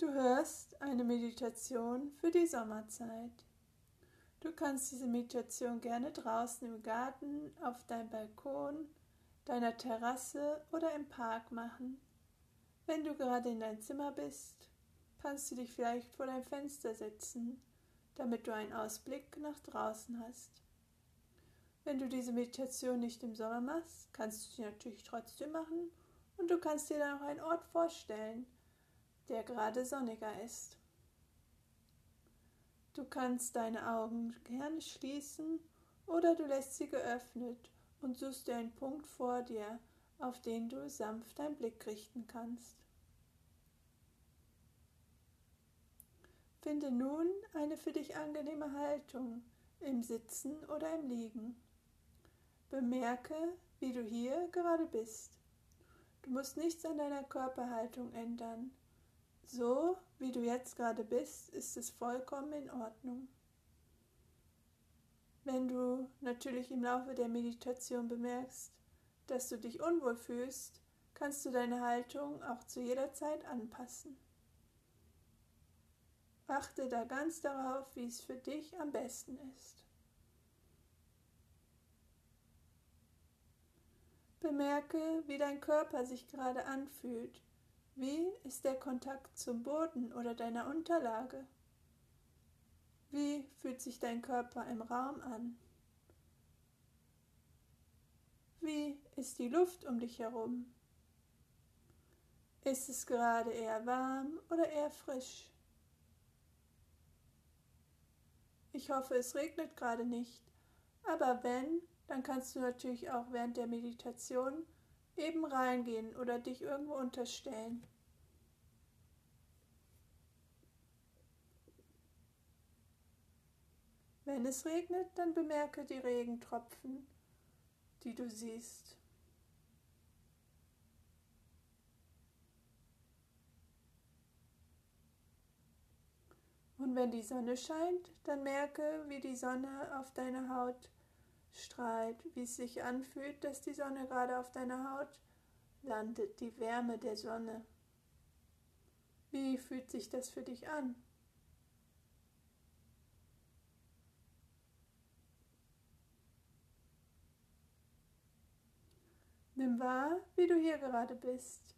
Du hörst eine Meditation für die Sommerzeit. Du kannst diese Meditation gerne draußen im Garten, auf deinem Balkon, deiner Terrasse oder im Park machen. Wenn du gerade in deinem Zimmer bist, kannst du dich vielleicht vor dein Fenster setzen, damit du einen Ausblick nach draußen hast. Wenn du diese Meditation nicht im Sommer machst, kannst du sie natürlich trotzdem machen und du kannst dir dann auch einen Ort vorstellen, der gerade sonniger ist. Du kannst deine Augen gerne schließen oder du lässt sie geöffnet und suchst dir einen Punkt vor dir, auf den du sanft deinen Blick richten kannst. Finde nun eine für dich angenehme Haltung im Sitzen oder im Liegen. Bemerke, wie du hier gerade bist. Du musst nichts an deiner Körperhaltung ändern. So, wie du jetzt gerade bist, ist es vollkommen in Ordnung. Wenn du natürlich im Laufe der Meditation bemerkst, dass du dich unwohl fühlst, kannst du deine Haltung auch zu jeder Zeit anpassen. Achte da ganz darauf, wie es für dich am besten ist. Bemerke, wie dein Körper sich gerade anfühlt. Wie ist der Kontakt zum Boden oder deiner Unterlage? Wie fühlt sich dein Körper im Raum an? Wie ist die Luft um dich herum? Ist es gerade eher warm oder eher frisch? Ich hoffe, es regnet gerade nicht, aber wenn, dann kannst du natürlich auch während der Meditation eben reingehen oder dich irgendwo unterstellen. Wenn es regnet, dann bemerke die Regentropfen, die du siehst. Und wenn die Sonne scheint, dann merke, wie die Sonne auf deine Haut strahlt, wie es sich anfühlt, dass die Sonne gerade auf deiner Haut landet, die Wärme der Sonne. Wie fühlt sich das für dich an? Nimm wahr, wie du hier gerade bist.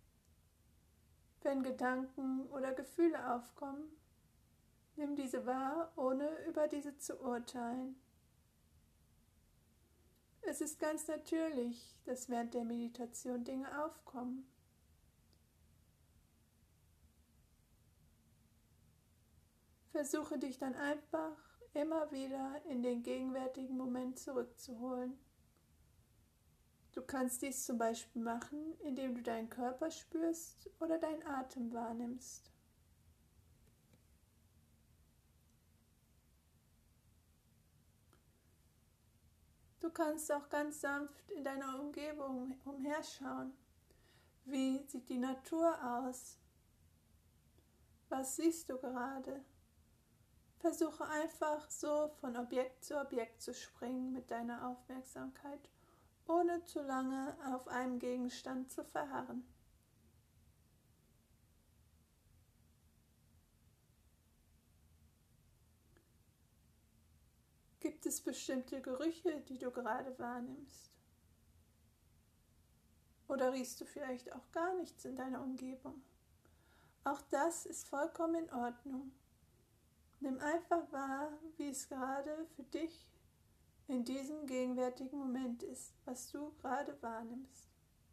Wenn Gedanken oder Gefühle aufkommen, nimm diese wahr, ohne über diese zu urteilen. Es ist ganz natürlich, dass während der Meditation Dinge aufkommen. Versuche dich dann einfach immer wieder in den gegenwärtigen Moment zurückzuholen. Du kannst dies zum Beispiel machen, indem du deinen Körper spürst oder deinen Atem wahrnimmst. Du kannst auch ganz sanft in deiner Umgebung umherschauen. Wie sieht die Natur aus? Was siehst du gerade? Versuche einfach so von Objekt zu Objekt zu springen mit deiner Aufmerksamkeit, ohne zu lange auf einem Gegenstand zu verharren. Gibt es bestimmte Gerüche, die du gerade wahrnimmst? Oder riechst du vielleicht auch gar nichts in deiner Umgebung? Auch das ist vollkommen in Ordnung. Nimm einfach wahr, wie es gerade für dich in diesem gegenwärtigen Moment ist, was du gerade wahrnimmst.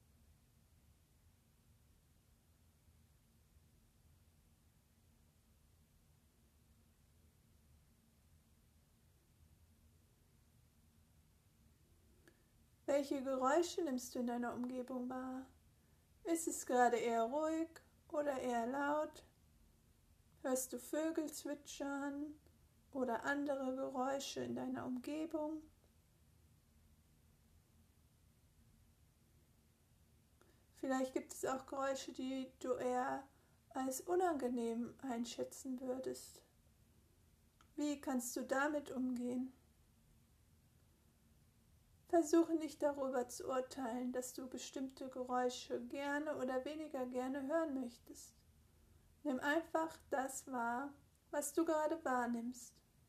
Welche Geräusche nimmst du in deiner Umgebung wahr? Ist es gerade eher ruhig oder eher laut? Hörst du Vögel zwitschern oder andere Geräusche in deiner Umgebung? Vielleicht gibt es auch Geräusche, die du eher als unangenehm einschätzen würdest. Wie kannst du damit umgehen? Versuche nicht darüber zu urteilen, dass du bestimmte Geräusche gerne oder weniger gerne hören möchtest. Nimm einfach das wahr, was du gerade wahrnimmst,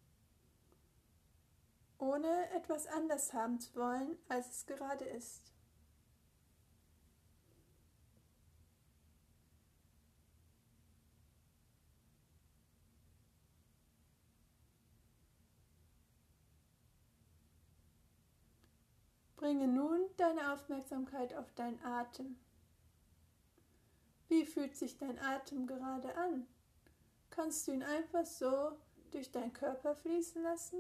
ohne etwas anders haben zu wollen, als es gerade ist. Bringe nun deine Aufmerksamkeit auf deinen Atem. Wie fühlt sich dein Atem gerade an? Kannst du ihn einfach so durch deinen Körper fließen lassen?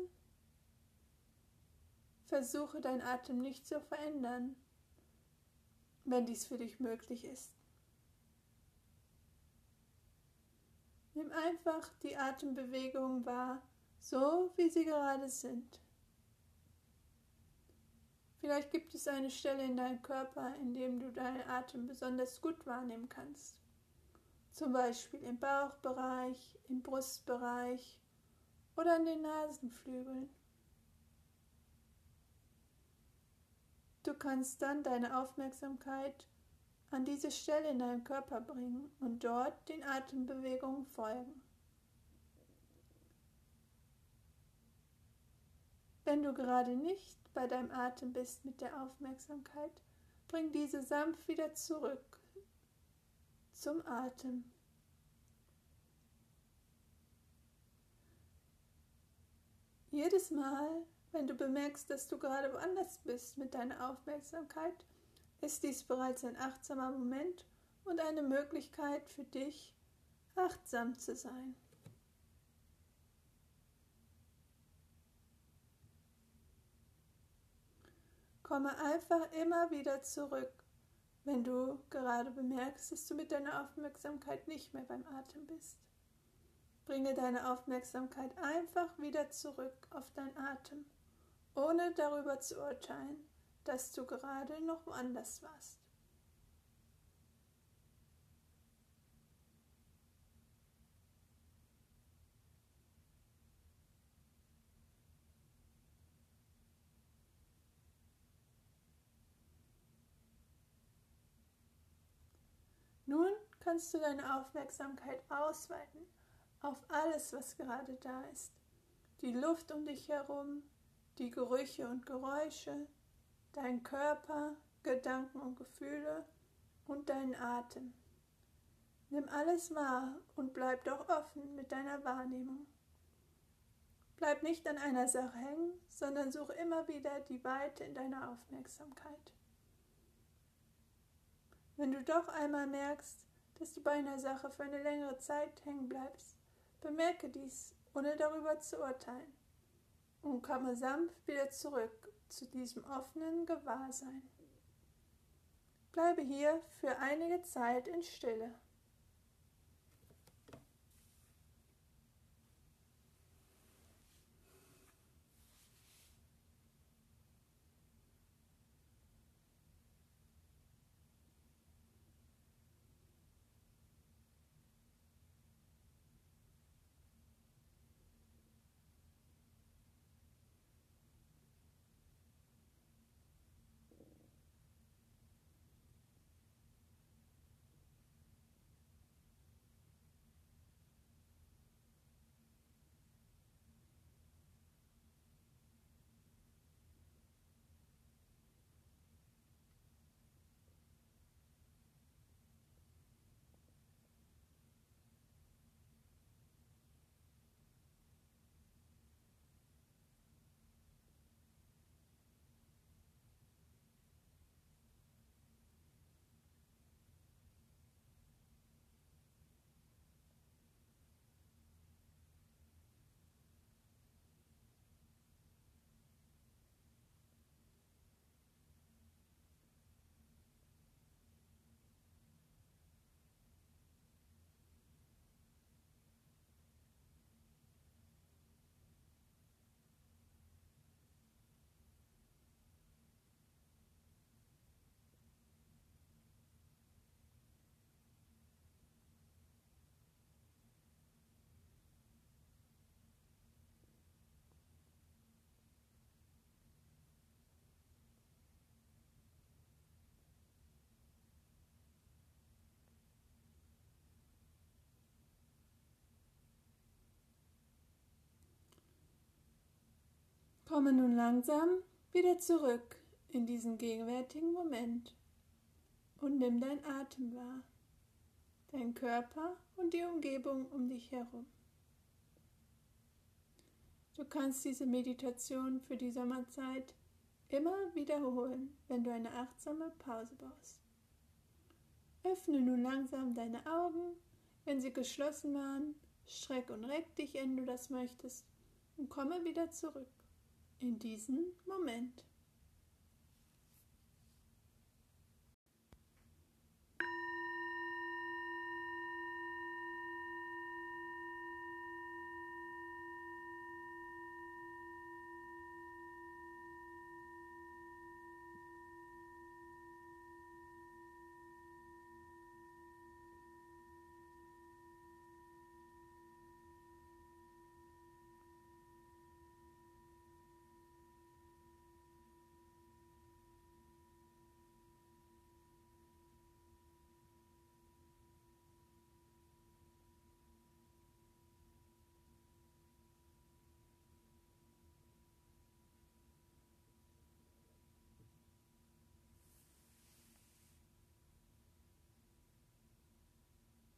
Versuche deinen Atem nicht zu verändern, wenn dies für dich möglich ist. Nimm einfach die Atembewegungen wahr, so wie sie gerade sind. Vielleicht gibt es eine Stelle in deinem Körper, in dem du deinen Atem besonders gut wahrnehmen kannst. Zum Beispiel im Bauchbereich, im Brustbereich oder an den Nasenflügeln. Du kannst dann deine Aufmerksamkeit an diese Stelle in deinem Körper bringen und dort den Atembewegungen folgen. Wenn du gerade nicht bei deinem Atem bist mit der Aufmerksamkeit, bring diese sanft wieder zurück zum Atem. Jedes Mal, wenn du bemerkst, dass du gerade woanders bist mit deiner Aufmerksamkeit, ist dies bereits ein achtsamer Moment und eine Möglichkeit für dich, achtsam zu sein. Komme einfach immer wieder zurück, wenn du gerade bemerkst, dass du mit deiner Aufmerksamkeit nicht mehr beim Atem bist. Bringe deine Aufmerksamkeit einfach wieder zurück auf deinen Atem, ohne darüber zu urteilen, dass du gerade noch woanders warst. Nun kannst du deine Aufmerksamkeit ausweiten auf alles, was gerade da ist. Die Luft um dich herum, die Gerüche und Geräusche, dein Körper, Gedanken und Gefühle und deinen Atem. Nimm alles wahr und bleib doch offen mit deiner Wahrnehmung. Bleib nicht an einer Sache hängen, sondern such immer wieder die Weite in deiner Aufmerksamkeit. Wenn du doch einmal merkst, dass du bei einer Sache für eine längere Zeit hängen bleibst, bemerke dies, ohne darüber zu urteilen, und komme sanft wieder zurück zu diesem offenen Gewahrsein. Bleibe hier für einige Zeit in Stille. Komme nun langsam wieder zurück in diesen gegenwärtigen Moment und nimm deinen Atem wahr, deinen Körper und die Umgebung um dich herum. Du kannst diese Meditation für die Sommerzeit immer wiederholen, wenn du eine achtsame Pause brauchst. Öffne nun langsam deine Augen, wenn sie geschlossen waren, streck und reck dich, wenn du das möchtest, und komme wieder zurück in diesen Moment.